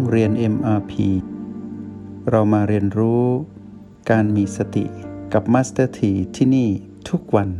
เรียน MRP เรามาเรียนรู้การมีสติกับ Master T ที่นี่ทุกวัน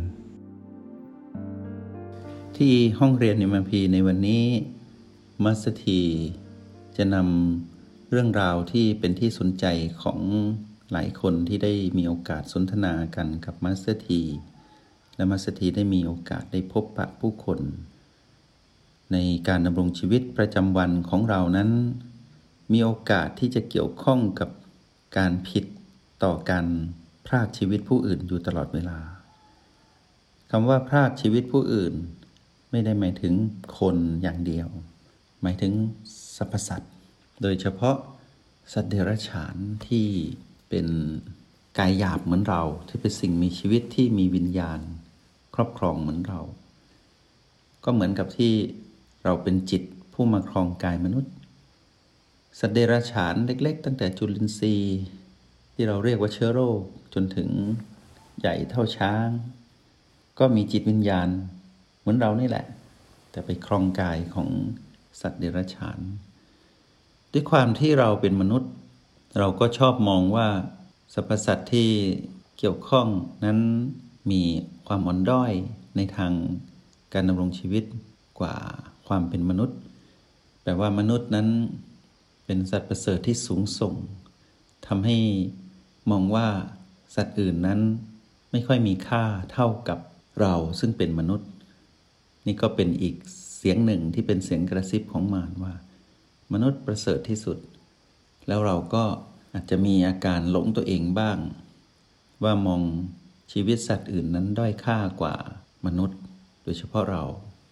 ที่ห้องเรียน MRP ในวันนี้ Master T จะนำเรื่องราวที่เป็นที่สนใจของหลายคนที่ได้มีโอกาสสนทนากันกับ Master T และ Master T ได้มีโอกาสได้พบปะผู้คนในการดำรงชีวิตประจำวันของเรานั้นมีโอกาสที่จะเกี่ยวข้องกับการผิดต่อการพรากชีวิตผู้อื่นอยู่ตลอดเวลาคำว่าพรากชีวิตผู้อื่นไม่ได้หมายถึงคนอย่างเดียวหมายถึงสรรพสัตว์โดยเฉพาะสัตว์เดรัจฉานที่เป็นกายหยาบเหมือนเราที่เป็นสิ่งมีชีวิตที่มีวิญญาณครอบครองเหมือนเราก็เหมือนกับที่เราเป็นจิตผู้มาครองกายมนุษย์สัตว์เดรัจฉานเล็กๆตั้งแต่จุลินทรีย์ที่เราเรียกว่าเชื้อโรคจนถึงใหญ่เท่าช้างก็มีจิตวิญญาณเหมือนเรานี่แหละแต่ไปครองกายของสัตว์เดรัจฉานด้วยความที่เราเป็นมนุษย์เราก็ชอบมองว่าสรรพสัตว์ที่เกี่ยวข้องนั้นมีความอ่อนด้อยในทางการดำรงชีวิตกว่าความเป็นมนุษย์แปลว่ามนุษย์นั้นเป็นสัตว์ประเสริฐที่สูงส่งทำให้มองว่าสัตว์อื่นนั้นไม่ค่อยมีค่าเท่ากับเราซึ่งเป็นมนุษย์นี่ก็เป็นอีกเสียงหนึ่งที่เป็นเสียงกระซิบของมารว่ามนุษย์ประเสริฐที่สุดแล้วเราก็อาจจะมีอาการหลงตัวเองบ้างว่ามองชีวิตสัตว์อื่นนั้นด้อยค่ากว่ามนุษย์โดยเฉพาะเรา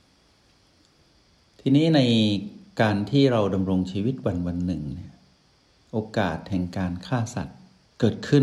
ทีนี้ในการที่เราดำรงชีวิตวันหนึ่งเนี่ยโอกาสแห่งการฆ่าสัตว์เกิดขึ้น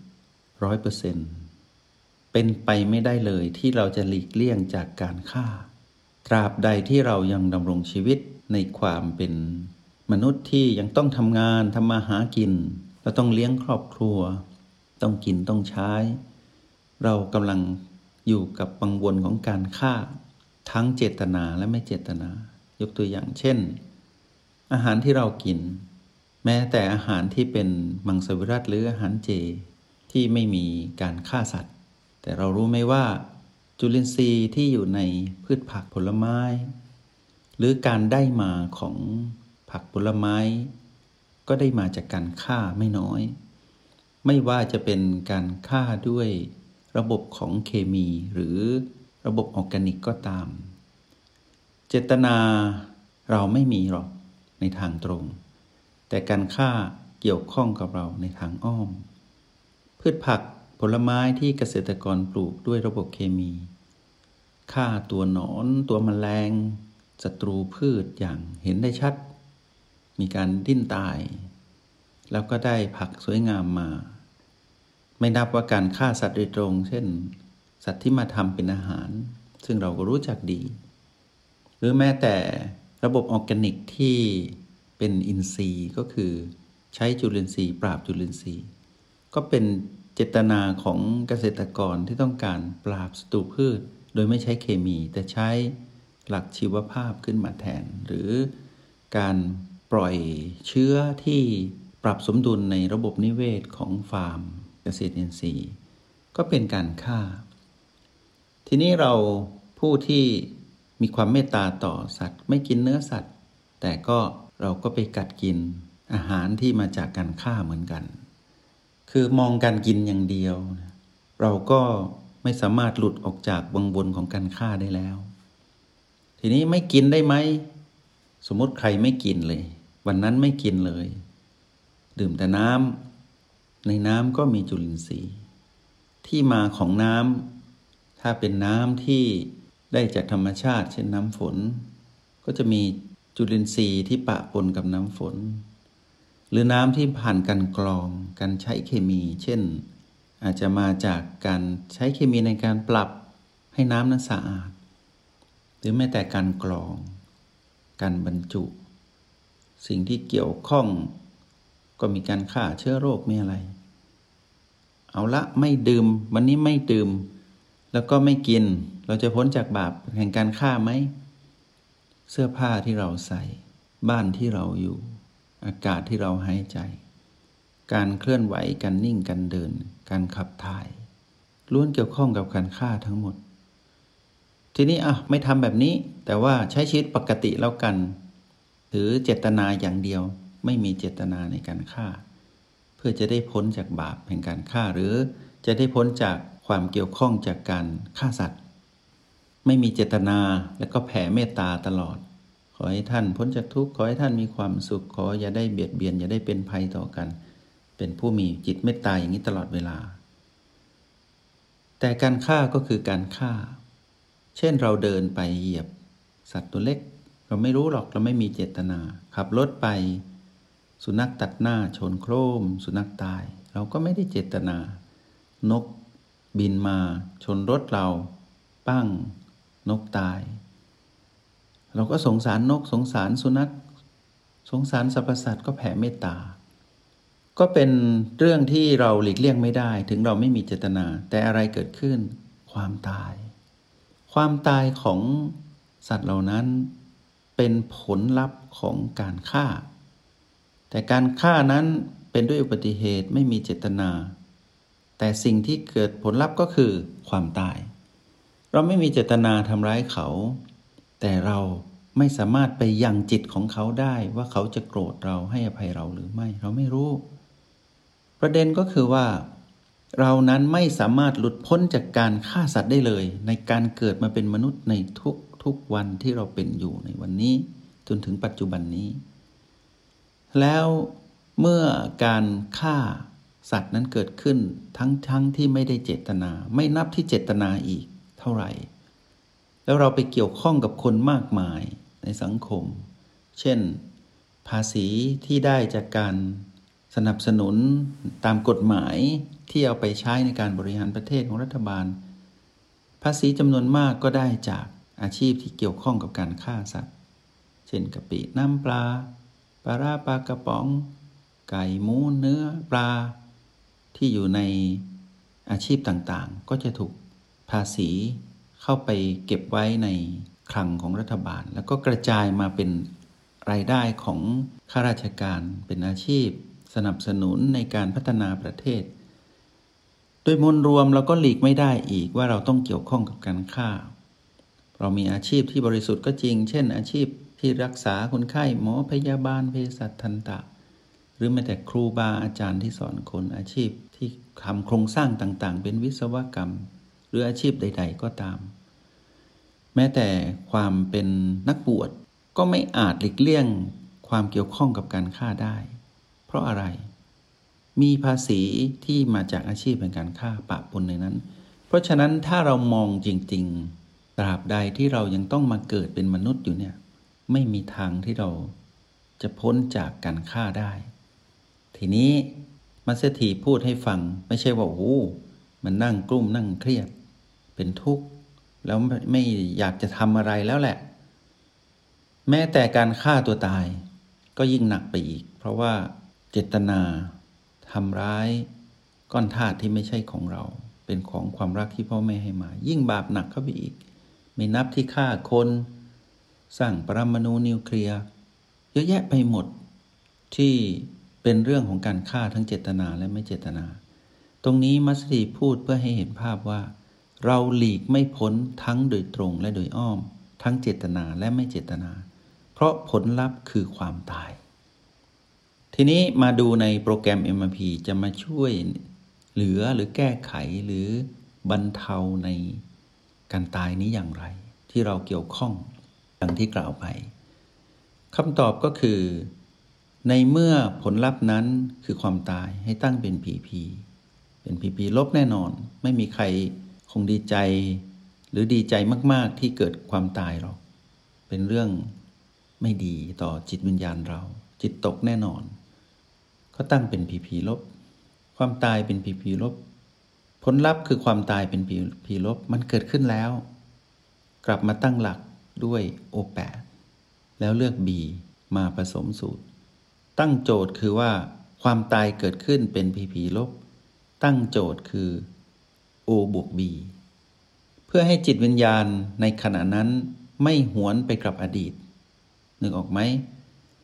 100% เป็นไปไม่ได้เลยที่เราจะหลีกเลี่ยงจากการฆ่าตราบใดที่เรายังดำรงชีวิตในความเป็นมนุษย์ที่ยังต้องทำงานทำมาหากินเราต้องเลี้ยงครอบครัวต้องกินต้องใช้เรากำลังอยู่กับวังวนของการฆ่าทั้งเจตนาและไม่เจตนายกตัวอย่างเช่นอาหารที่เรากินแม้แต่อาหารที่เป็นมังสวิรัติหรืออาหารเจที่ไม่มีการฆ่าสัตว์แต่เรารู้ไหมว่าจุลินทรีย์ที่อยู่ในพืชผักผลไม้หรือการได้มาของผักผลไม้ก็ได้มาจากการฆ่าไม่น้อยไม่ว่าจะเป็นการฆ่าด้วยระบบของเคมีหรือระบบออร์แกนิกก็ตามเจตนาเราไม่มีหรอกในทางตรงแต่การฆ่าเกี่ยวข้องกับเราในทางอ้อมพืชผักผลไม้ที่เกษตรกรปลูกด้วยระบบเคมีฆ่าตัวหนอนตัวแมลงศัตรูพืชอย่างเห็นได้ชัดมีการดิ้นตายแล้วก็ได้ผักสวยงามมาไม่นับว่าการฆ่าสัตว์โดยตรงเช่นสัตว์ที่มาทำเป็นอาหารซึ่งเราก็รู้จักดีหรือแม้แต่ระบบออร์แกนิกที่เป็นอินทรีย์ก็คือใช้จุลินทรีย์ปราบจุลินทรีย์ก็เป็นเจตนาของเกษตรกรที่ต้องการปราบศัตรูพืชโดยไม่ใช้เคมีแต่ใช้หลักชีวภาพขึ้นมาแทนหรือการปล่อยเชื้อที่ปรับสมดุลในระบบนิเวศของฟาร์มเกษตรอินทรีย์ก็เป็นการฆ่าทีนี้เราผู้ที่มีความเมตตาต่อสัตว์ไม่กินเนื้อสัตว์แต่ก็เราก็ไปกัดกินอาหารที่มาจากการฆ่าเหมือนกันคือมองการกินอย่างเดียวเราก็ไม่สามารถหลุดออกจากวังวนของการฆ่าได้แล้วทีนี้ไม่กินได้ไหมสมมติใครไม่กินเลยวันนั้นไม่กินเลยดื่มแต่น้ำในน้ำก็มีจุลินทรีย์ที่มาของน้ำถ้าเป็นน้ำที่ได้จากธรรมชาติเช่นน้ำฝนก็จะมีจุลินทรีย์ที่ปะปนกับน้ำฝนหรือน้ำที่ผ่านการกรองการใช้เคมีเช่นอาจจะมาจากการใช้เคมีในการปรับให้น้ำนั้นสะอาดหรือแม้แต่การกรองการบรรจุสิ่งที่เกี่ยวข้องก็มีการฆ่าเชื้อโรคมีอะไรเอาละไม่ดื่มวันนี้ไม่ดื่มแล้วก็ไม่กินเราจะพ้นจากบาปแห่งการฆ่าไหมเสื้อผ้าที่เราใส่บ้านที่เราอยู่อากาศที่เราหายใจการเคลื่อนไหวการนิ่งการเดินการขับถ่ายล้วนเกี่ยวข้องกับการฆ่าทั้งหมดทีนี้ไม่ทำแบบนี้แต่ว่าใช้ชีวิตปกติแล้วกันหรือเจตนาอย่างเดียวไม่มีเจตนาในการฆ่าเพื่อจะได้พ้นจากบาปแห่งการฆ่าหรือจะได้พ้นจากความเกี่ยวข้องจากการฆ่าสัตว์ไม่มีเจตนาแล้วก็แผ่เมตตาตลอดขอให้ท่านพ้นจากทุกข์ขอให้ท่านมีความสุขขออย่าได้เบียดเบียนอย่าได้เป็นภัยต่อกันเป็นผู้มีจิตเมตตาอย่างนี้ตลอดเวลาแต่การฆ่าก็คือการฆ่าเช่นเราเดินไปเหยียบสัตว์ตัวเล็กเราไม่รู้หรอกเราไม่มีเจตนาขับรถไปสุนัขตัดหน้าชนโครมสุนัขตายเราก็ไม่ได้เจตนานกบินมาชนรถเราปั้งนกตายเราก็สงสารนกสงสารสุนัขสงสารสรรพสัตว์ก็แผ่เมตตาก็เป็นเรื่องที่เราหลีกเลี่ยงไม่ได้ถึงเราไม่มีเจตนาแต่อะไรเกิดขึ้นความตายของสัตว์เหล่านั้นเป็นผลลัพธ์ของการฆ่าแต่การฆ่านั้นเป็นด้วยอุบัติเหตุไม่มีเจตนาแต่สิ่งที่เกิดผลลัพธ์ก็คือความตายเราไม่มีเจตนาทำร้ายเขาแต่เราไม่สามารถไปยังจิตของเขาได้ว่าเขาจะโกรธเราให้อภัยเราหรือไม่เราไม่รู้ประเด็นก็คือว่าเรานั้นไม่สามารถหลุดพ้นจากการฆ่าสัตว์ได้เลยในการเกิดมาเป็นมนุษย์ในทุกวันที่เราเป็นอยู่ในวันนี้จนถึงปัจจุบันนี้แล้วเมื่อการฆ่าสัตว์นั้นเกิดขึ้นทั้งที่ไม่ได้เจตนาไม่นับที่เจตนาอีกเท่าไหร่แล้วเราไปเกี่ยวข้องกับคนมากมายในสังคมเช่นภาษีที่ได้จากการสนับสนุนตามกฎหมายที่เอาไปใช้ในการบริหารประเทศของรัฐบาลภาษีจำนวนมากก็ได้จากอาชีพที่เกี่ยวข้องกับการฆ่าสัตว์เช่นกะปิน้ำปลาปลาร้าปลากระป๋องไก่หมูเนื้อปลาที่อยู่ในอาชีพต่างๆก็จะถูกภาษีเข้าไปเก็บไว้ในคลังของรัฐบาลแล้วก็กระจายมาเป็นรายได้ของข้าราชการเป็นอาชีพสนับสนุนในการพัฒนาประเทศโดยมวลรวมเราก็หลีกไม่ได้อีกว่าเราต้องเกี่ยวข้องกับการฆ่าเรามีอาชีพที่บริสุทธิ์ก็จริงเช่นอาชีพที่รักษาคนไข้หมอพยาบาลเภสัชทันตะหรือแม้แต่ครูบาอาจารย์ที่สอนคนอาชีพที่ทำโครงสร้างต่างๆเป็นวิศวกรรมหรืออาชีพใดๆก็ตามแม้แต่ความเป็นนักบวชก็ไม่อาจหลีกเลี่ยงความเกี่ยวข้องกับการฆ่าได้เพราะอะไรมีภาษีที่มาจากอาชีพเป็นการฆ่าปะปนในนั้นเพราะฉะนั้นถ้าเรามองจริงๆตราบใดที่เรายังต้องมาเกิดเป็นมนุษย์อยู่เนี่ยไม่มีทางที่เราจะพ้นจากการฆ่าได้ทีนี้มัสถีพูดให้ฟังไม่ใช่ว่ามันนั่งกลุ้มนั่งเครียดเป็นทุกข์แล้วไม่อยากจะทำอะไรแล้วแหละแม้แต่การฆ่าตัวตายก็ยิ่งหนักไปอีกเพราะว่าเจตนาทำร้ายก้อนธาตุที่ไม่ใช่ของเราเป็นของความรักที่พ่อแม่ให้มายิ่งบาปหนักเข้าไปอีกไม่นับที่ฆ่าคนสร้างปรมาณูนิวเคลียร์เยอะแยะไปหมดที่เป็นเรื่องของการฆ่าทั้งเจตนาและไม่เจตนาตรงนี้มัสถีพูดเพื่อให้เห็นภาพว่าเราหลีกไม่พ้นทั้งโดยตรงและโดยอ้อมทั้งเจตนาและไม่เจตนาเพราะผลลัพธ์คือความตายทีนี้มาดูในโปรแกรม MRP จะมาช่วยเหลือหรือแก้ไขหรือบรรเทาในการตายนี้อย่างไรที่เราเกี่ยวข้องดังที่กล่าวไปคำตอบก็คือในเมื่อผลลัพธ์นั้นคือความตายให้ตั้งเป็น PP เป็น PP ลบแน่นอนไม่มีใครคงดีใจหรือดีใจมากๆที่เกิดความตายหรอกเป็นเรื่องไม่ดีต่อจิตวิญญาณเราจิตตกแน่นอนก็ตั้งเป็น PP ลบความตายเป็น PP ลบผลลัพธ์คือความตายเป็น PP ลบมันเกิดขึ้นแล้วกลับมาตั้งหลักด้วย O8 แล้วเลือก B มาผสมสูตรตั้งโจทย์คือว่าความตายเกิดขึ้นเป็น PP ลบตั้งโจทย์คือ O บวก B เพื่อให้จิตวิญญาณในขณะนั้นไม่หวนไปกับอดีตนึกออกไหม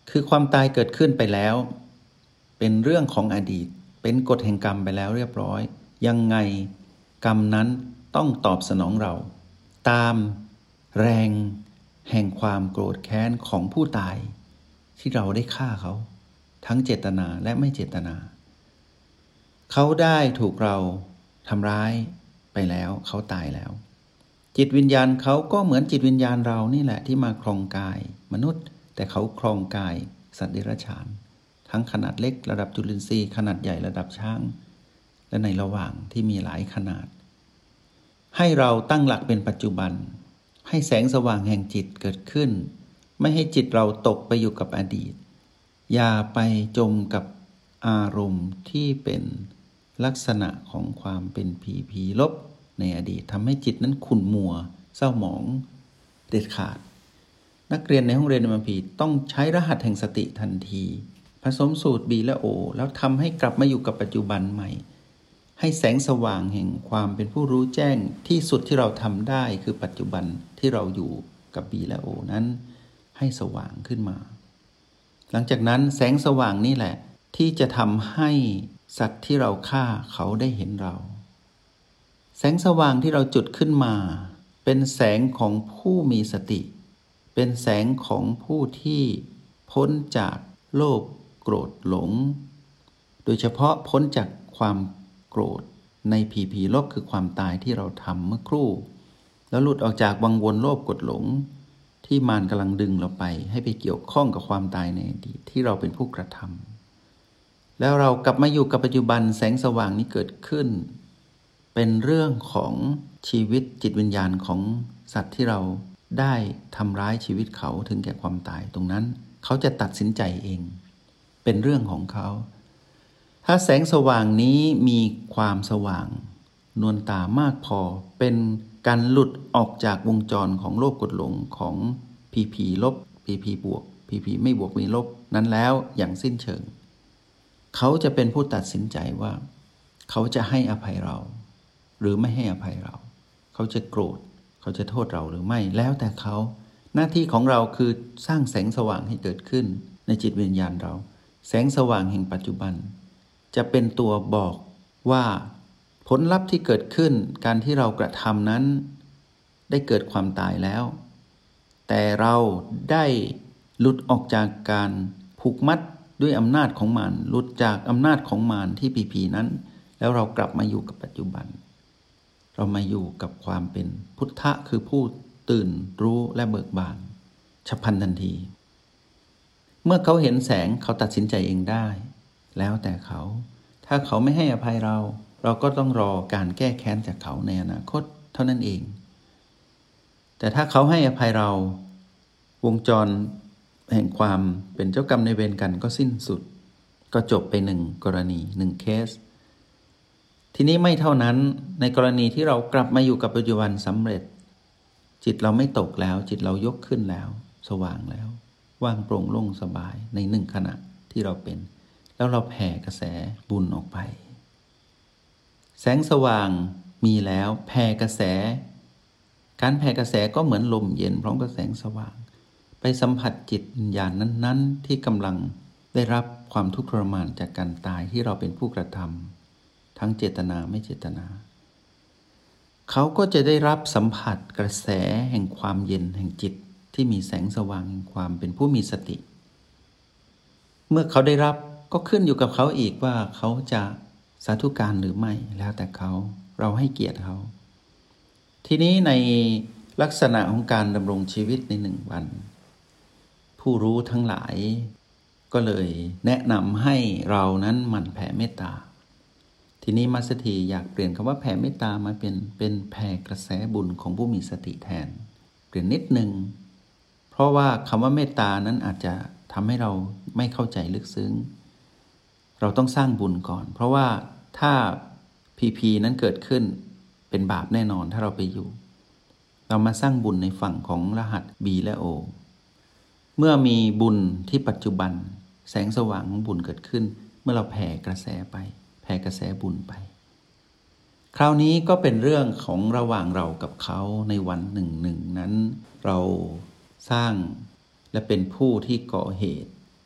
คือความตายเกิดขึ้นไปแล้วเป็นเรื่องของอดีตเป็นกฎแห่งกรรมไปแล้วเรียบร้อยยังไงกรรมนั้นต้องตอบสนองเราตามแรงแห่งความโกรธแค้นของผู้ตายที่เราได้ฆ่าเขาทั้งเจตนาและไม่เจตนาเขาได้ถูกเราทำร้ายไปแล้วเขาตายแล้วจิตวิญญาณเขาก็เหมือนจิตวิญญาณเรานี่แหละที่มาครองกายมนุษย์แต่เขาครองกายสัตว์เดรัจฉานทั้งขนาดเล็กระดับจุลินทรีย์ขนาดใหญ่ระดับช้างและในระหว่างที่มีหลายขนาดให้เราตั้งหลักเป็นปัจจุบันให้แสงสว่างแห่งจิตเกิดขึ้นไม่ให้จิตเราตกไปอยู่กับอดีตอย่าไปจมกับอารมณ์ที่เป็นลักษณะของความเป็นผีลบในอดีตทำให้จิตนั้นขุ่นมัวเศร้าหมองเด็ดขาดนักเรียนในห้องเรียนMMPต้องใช้รหัสแห่งสติทันทีผสมสูตร B และ O แล้วทำให้กลับมาอยู่กับปัจจุบันใหม่ให้แสงสว่างแห่งความเป็นผู้รู้แจ้งที่สุดที่เราทำได้คือปัจจุบันที่เราอยู่กับ B และ O นั้นให้สว่างขึ้นมาหลังจากนั้นแสงสว่างนี่แหละที่จะทำให้สัตว์ที่เราฆ่าเขาได้เห็นเราแสงสว่างที่เราจุดขึ้นมาเป็นแสงของผู้มีสติเป็นแสงของผู้ที่พ้นจากโลภโกรธหลงโดยเฉพาะพ้นจากความโกรธในผีลบคือความตายที่เราทำเมื่อครู่แล้วหลุดออกจากวังวนโลภโกรธหลงที่มารกำลังดึงเราไปให้ไปเกี่ยวข้องกับความตายในอดีตที่เราเป็นผู้กระทำแล้วเรากลับมาอยู่กับปัจจุบันแสงสว่างนี้เกิดขึ้นเป็นเรื่องของชีวิตจิตวิญญาณของสัตว์ที่เราได้ทำร้ายชีวิตเขาถึงแก่ความตายตรงนั้นเขาจะตัดสินใจเองเป็นเรื่องของเขาถ้าแสงสว่างนี้มีความสว่างนวลตามากพอเป็นการหลุดออกจากวงจรของโลภโกรธหลงของผีลบผีบวกผีไม่บวกมีลบนั้นแล้วอย่างสิ้นเชิงเขาจะเป็นผู้ตัดสินใจว่าเขาจะให้อภัยเราหรือไม่ให้อภัยเราเขาจะโกรธเขาจะโทษเราหรือไม่แล้วแต่เขาหน้าที่ของเราคือสร้างแสงสว่างให้เกิดขึ้นในจิตวิญญาณเราแสงสว่างแห่งปัจจุบันจะเป็นตัวบอกว่าผลลัพธ์ที่เกิดขึ้นการที่เรากระทำนั้นได้เกิดความตายแล้วแต่เราได้หลุดออกจากการผูกมัดด้วยอำนาจของมารหลุดจากอำนาจของมารที่ผีนั้นแล้วเรากลับมาอยู่กับปัจจุบันเรามาอยู่กับความเป็นพุทธะคือผู้ตื่นรู้และเบิกบานฉับพลันทันทีเมื่อเขาเห็นแสงเขาตัดสินใจเองได้แล้วแต่เขาถ้าเขาไม่ให้อภัยเราเราก็ต้องรอการแก้แค้นจากเขาในอนาคตเท่านั้นเองแต่ถ้าเขาให้อภัยเราวงจรแห่งความเป็นเจ้ากรรมนายเวรกันก็สิ้นสุดก็จบไปหนึ่งกรณีหนึ่งเคสทีนี้ไม่เท่านั้นในกรณีที่เรากลับมาอยู่กับปัจจุบันสำเร็จจิตเราไม่ตกแล้วจิตเรายกขึ้นแล้วสว่างแล้วว่างโปร่งโล่งสบายในหนึ่งขณะที่เราเป็นแล้วเราแผ่กระแสบุญออกไปแสงสว่างมีแล้วแผ่กระแสการแผ่กระแสก็เหมือนลมเย็นพร้อมกับแสงสว่างไปสัมผัสจิตวิญญาณนั้นๆที่กำลังได้รับความทุกข์ทรมานจากการตายที่เราเป็นผู้กระทำทั้งเจตนาไม่เจตนาเขาก็จะได้รับสัมผัสกระแสแห่งความเย็นแห่งจิตที่มีแสงสว่างแห่งความเป็นผู้มีสติเมื่อเขาได้รับก็ขึ้นอยู่กับเขาอีกว่าเขาจะสาธุการหรือไม่แล้วแต่เขาเราให้เกียรติเขาทีนี้ในลักษณะของการดำรงชีวิตในหนึ่งวันผู้รู้ทั้งหลายก็เลยแนะนำให้เรานั้นหมั่นแผ่เมตตาทีนี้มัสถีอยากเปลี่ยนคำว่าแผ่เมตตามาเป็นแผ่กระแสบุญของผู้มีสติแทนเปลี่ยนนิดนึงเพราะว่าคำว่าเมตตานั้นอาจจะทำให้เราไม่เข้าใจลึกซึ้งเราต้องสร้างบุญก่อนเพราะว่าถ้าผีนั้นเกิดขึ้นเป็นบาปแน่นอนถ้าเราไปอยู่เรามาสร้างบุญในฝั่งของรหัส B และ O เมื่อมีบุญที่ปัจจุบันแสงสว่างของบุญเกิดขึ้นเมื่อเราแผ่กระแสไปแผ่กระแสบุญไปคราวนี้ก็เป็นเรื่องของระหว่างเรากับเขาในวันหนึ่งนั้นเราสร้างและเป็นผู้ที่ก่อเหตุ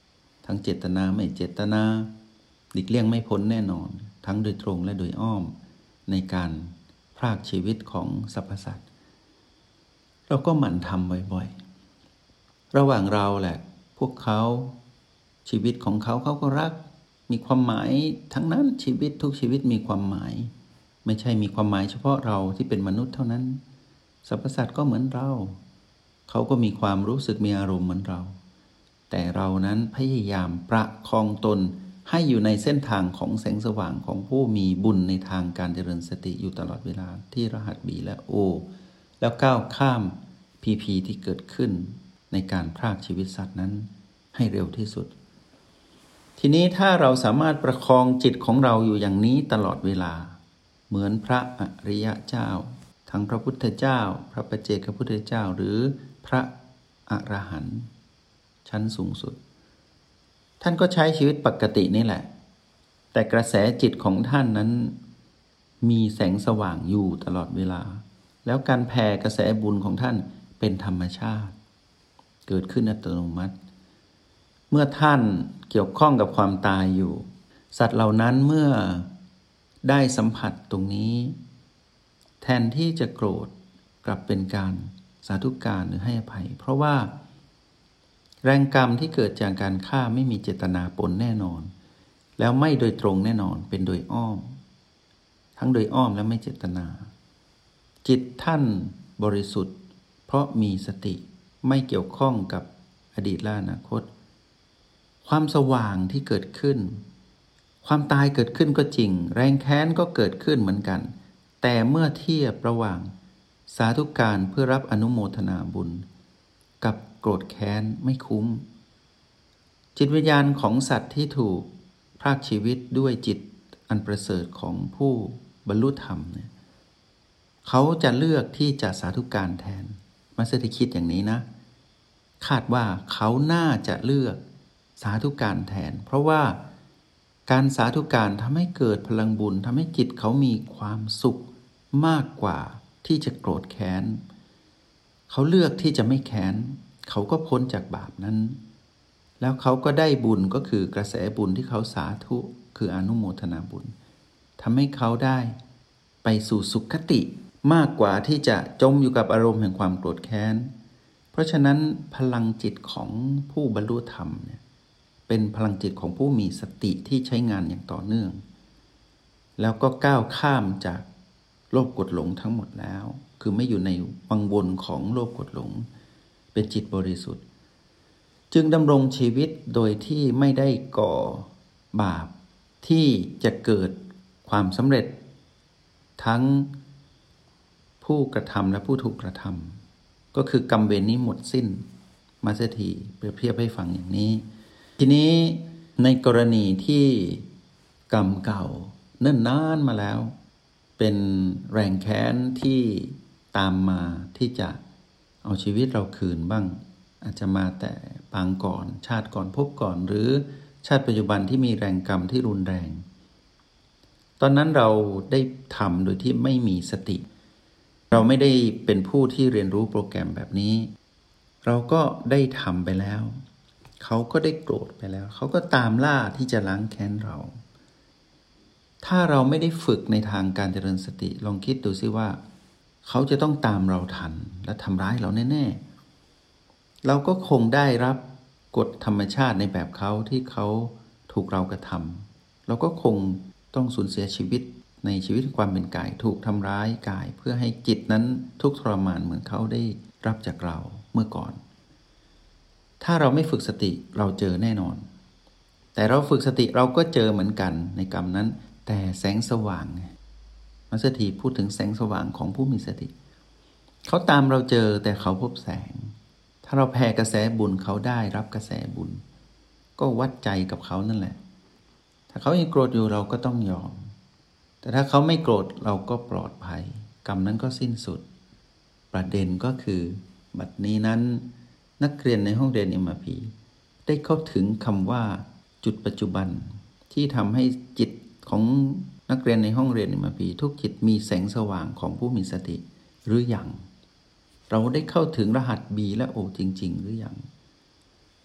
ทั้งเจตนาไม่เจตนาหลีกเลี่ยงไม่พ้นแน่นอนทั้งโดยตรงและโดยอ้อมในการพรากชีวิตของสรรพสัตว์เราก็หมั่นทำบ่อยๆระหว่างเราแหละพวกเขาชีวิตของเขาก็รักมีความหมายทั้งนั้นชีวิตทุกชีวิตมีความหมายไม่ใช่มีความหมายเฉพาะเราที่เป็นมนุษย์เท่านั้นสรรพสัตว์ก็เหมือนเราเขาก็มีความรู้สึกมีอารมณ์เหมือนเราแต่เรานั้นพยายามประคองตนให้อยู่ในเส้นทางของแสงสว่างของผู้มีบุญในทางการเจริญสติอยู่ตลอดเวลาที่รหัส B และ O แล้วก้าวข้าม PP ที่เกิดขึ้นในการพรากชีวิตสัตว์นั้นให้เร็วที่สุดทีนี้ถ้าเราสามารถประคองจิตของเราอยู่อย่างนี้ตลอดเวลาเหมือนพระอริยเจ้าทั้งพระพุทธเจ้าพระปัจเจกพุทธเจ้าหรือพระอรหันต์ชั้นสูงสุดท่านก็ใช้ชีวิตปกตินี่แหละแต่กระแสจิตของท่านนั้นมีแสงสว่างอยู่ตลอดเวลาแล้วการแผ่กระแสบุญของท่านเป็นธรรมชาติเกิดขึ้นอัตโนมัติเมื่อท่านเกี่ยวข้องกับความตายอยู่สัตว์เหล่านั้นเมื่อได้สัมผัสตรงนี้แทนที่จะโกรธกลับเป็นการสาธุการหรือให้อภัยเพราะว่าแรงกรรมที่เกิดจากการฆ่าไม่มีเจตนาปนแน่นอนแล้วไม่โดยตรงแน่นอนเป็นโดยอ้อมทั้งโดยอ้อมและไม่เจตนาจิตท่านบริสุทธิ์เพราะมีสติไม่เกี่ยวข้องกับอดีตและอนาคตความสว่างที่เกิดขึ้นความตายเกิดขึ้นก็จริงแรงแค้นก็เกิดขึ้นเหมือนกันแต่เมื่อเทียบระหว่างสาธุการเพื่อรับอนุโมทนาบุญกับโกรธแค้นไม่คุ้มจิตวิญญาณของสัตว์ที่ถูกพรากชีวิตด้วยจิตอันประเสริฐของผู้บรรลุธรรมเนี่ยเขาจะเลือกที่จะสาธุการแทนมัสยิดคิดอย่างนี้นะคาดว่าเขาน่าจะเลือกสาธุการแทนเพราะว่าการสาธุการทำให้เกิดพลังบุญทำให้จิตเขามีความสุขมากกว่าที่จะโกรธแค้นเขาเลือกที่จะไม่แค้นเขาก็พ้นจากบาปนั้นแล้วเขาก็ได้บุญก็คือกระแสบุญที่เขาสาธุคืออนุโมทนาบุญทำให้เขาได้ไปสู่สุขติมากกว่าที่จะจมอยู่กับอารมณ์แห่งความโกรธแค้นเพราะฉะนั้นพลังจิตของผู้บรรลุธรรมเนี่ยเป็นพลังจิตของผู้มีสติที่ใช้งานอย่างต่อเนื่องแล้วก็ก้าวข้ามจากโลภโกรธหลงทั้งหมดแล้วคือไม่อยู่ในวังวนของโลภโกรธหลงเป็นจิตบริสุทธิ์จึงดำรงชีวิตโดยที่ไม่ได้ก่อบาปที่จะเกิดความสำเร็จทั้งผู้กระทำและผู้ถูกกระทำก็คือกรรมเวรนี้หมดสิ้นมาเสียทีเปรียบเทียบให้ฟังอย่างนี้ทีนี้ในกรณีที่กรรมเก่าเนิ่นนานมาแล้วเป็นแรงแค้นที่ตามมาที่จะเอาชีวิตเราคืนบ้างอาจจะมาแต่ปางก่อนชาติก่อนพบก่อนหรือชาติปัจจุบันที่มีแรงกรรมที่รุนแรงตอนนั้นเราได้ทำโดยที่ไม่มีสติเราไม่ได้เป็นผู้ที่เรียนรู้โปรแกรมแบบนี้เราก็ได้ทำไปแล้วเขาก็ได้โกรธไปแล้วเขาก็ตามล่าที่จะล้างแค้นเราถ้าเราไม่ได้ฝึกในทางการเจริญสติลองคิดดูซิว่าเขาจะต้องตามเราทันและทำร้ายเราแน่ๆเราก็คงได้รับกฎธรรมชาติในแบบเขาที่เขาถูกเรากระทำเราก็คงต้องสูญเสียชีวิตในชีวิตความเป็นกายถูกทำร้ายกายเพื่อให้จิตนั้นทุกข์ทรมานเหมือนเขาได้รับจากเราเมื่อก่อนถ้าเราไม่ฝึกสติเราเจอแน่นอนแต่เราฝึกสติเราก็เจอเหมือนกันในกรรมนั้นแต่แสงสว่างมัสถีพูดถึงแสงสว่างของผู้มีสติเขาตามเราเจอแต่เขาพบแสงถ้าเราแผ่กระแสบุญเขาได้รับกระแสบุญก็วัดใจกับเขานั่นแหละถ้าเขายังโกรธอยู่เราก็ต้องยอมแต่ถ้าเขาไม่โกรธเราก็ปลอดภัยกรรมนั้นก็สิ้นสุดประเด็นก็คือบัดนี้นั้นนักเรียนในห้องเรียน MRP ได้เข้าถึงคำว่าจุดปัจจุบันที่ทำให้จิตของนักเรียนในห้องเรียน MRP ทุกจิตมีแสงสว่างของผู้มีสติหรือยังเราได้เข้าถึงรหัส B และ O จริงๆหรือยังใน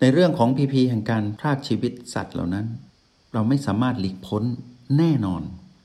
ในเรื่องของพีพีแห่งการพรากชีวิตสัตว์เหล่านั้นเราไม่สามารถหลีกพ้นแน่นอน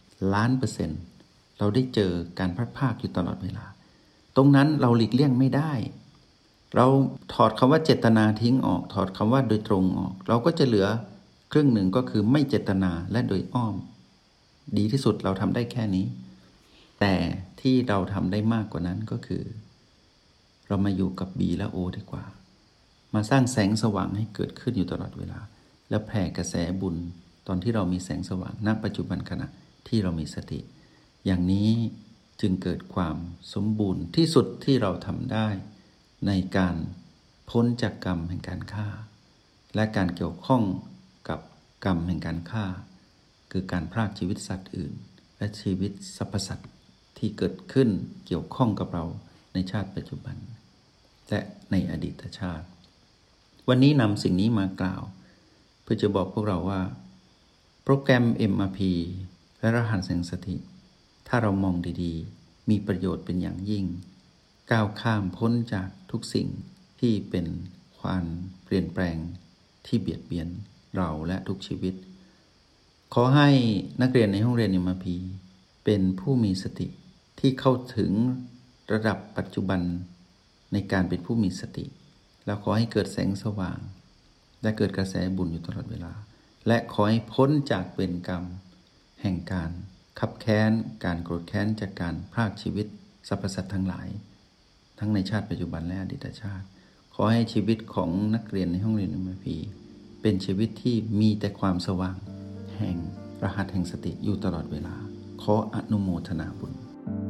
1,000,000%เราได้เจอการพลัดพรากอยู่ตลอดเวลาตรงนั้นเราหลีกเลี่ยงไม่ได้เราถอดคำว่าเจตนาทิ้งออกถอดคำว่าโดยตรงออกเราก็จะเหลือครึ่งหนึ่งก็คือไม่เจตนาและโดยอ้อมดีที่สุดเราทำได้แค่นี้แต่ที่เราทำได้มากกว่านั้นก็คือเรามาอยู่กับ B และ O ดีกว่ามาสร้างแสงสว่างให้เกิดขึ้นอยู่ตลอดเวลาแล้วแผ่กระแสบุญตอนที่เรามีแสงสว่างณปัจจุบันขณะที่เรามีสติอย่างนี้จึงเกิดความสมบูรณ์ที่สุดที่เราทำได้ในการพ้นจากกรรมแห่งการฆ่าและการเกี่ยวข้องกับกรรมแห่งการฆ่าคือการพรากชีวิตสัตว์อื่นและชีวิตสรรพสัตว์ที่เกิดขึ้นเกี่ยวข้องกับเราในชาติปัจจุบันและในอดีตชาติวันนี้นำสิ่งนี้มากล่าวเพื่อจะบอกพวกเราว่าโปรแกรม MRP และรหัสแห่งสติถ้าเรามองดีๆมีประโยชน์เป็นอย่างยิ่งก้าวข้ามพ้นจากทุกสิ่งที่เป็นความเปลี่ยนแปลงที่เบียดเบียนเราและทุกชีวิตขอให้นักเรียนในห้องเรียน MRP เป็นผู้มีสติที่เข้าถึงระดับปัจจุบันในการเป็นผู้มีสติแล้วขอให้เกิดแสงสว่างและเกิดกระแสบุญอยู่ตลอดเวลาและขอให้พ้นจากเวรกรรมแห่งการคับแค้นการโกรธแค้นจากการพรากชีวิตสรรพสัตว์ทั้งหลายทั้งในชาติปัจจุบันและอดีตชาติขอให้ชีวิตของนักเรียนในห้องเรียน MRP เป็นชีวิตที่มีแต่ความสว่างแห่งรหัสแห่งสติอยู่ตลอดเวลาขออนุโมทนาบุญ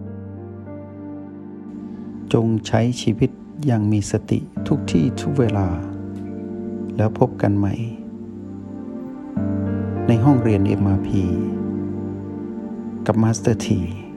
จงใช้ชีวิตอย่างมีสติทุกที่ทุกเวลาแล้วพบกันใหม่ในห้องเรียน MRP กับมาสเตอร์ที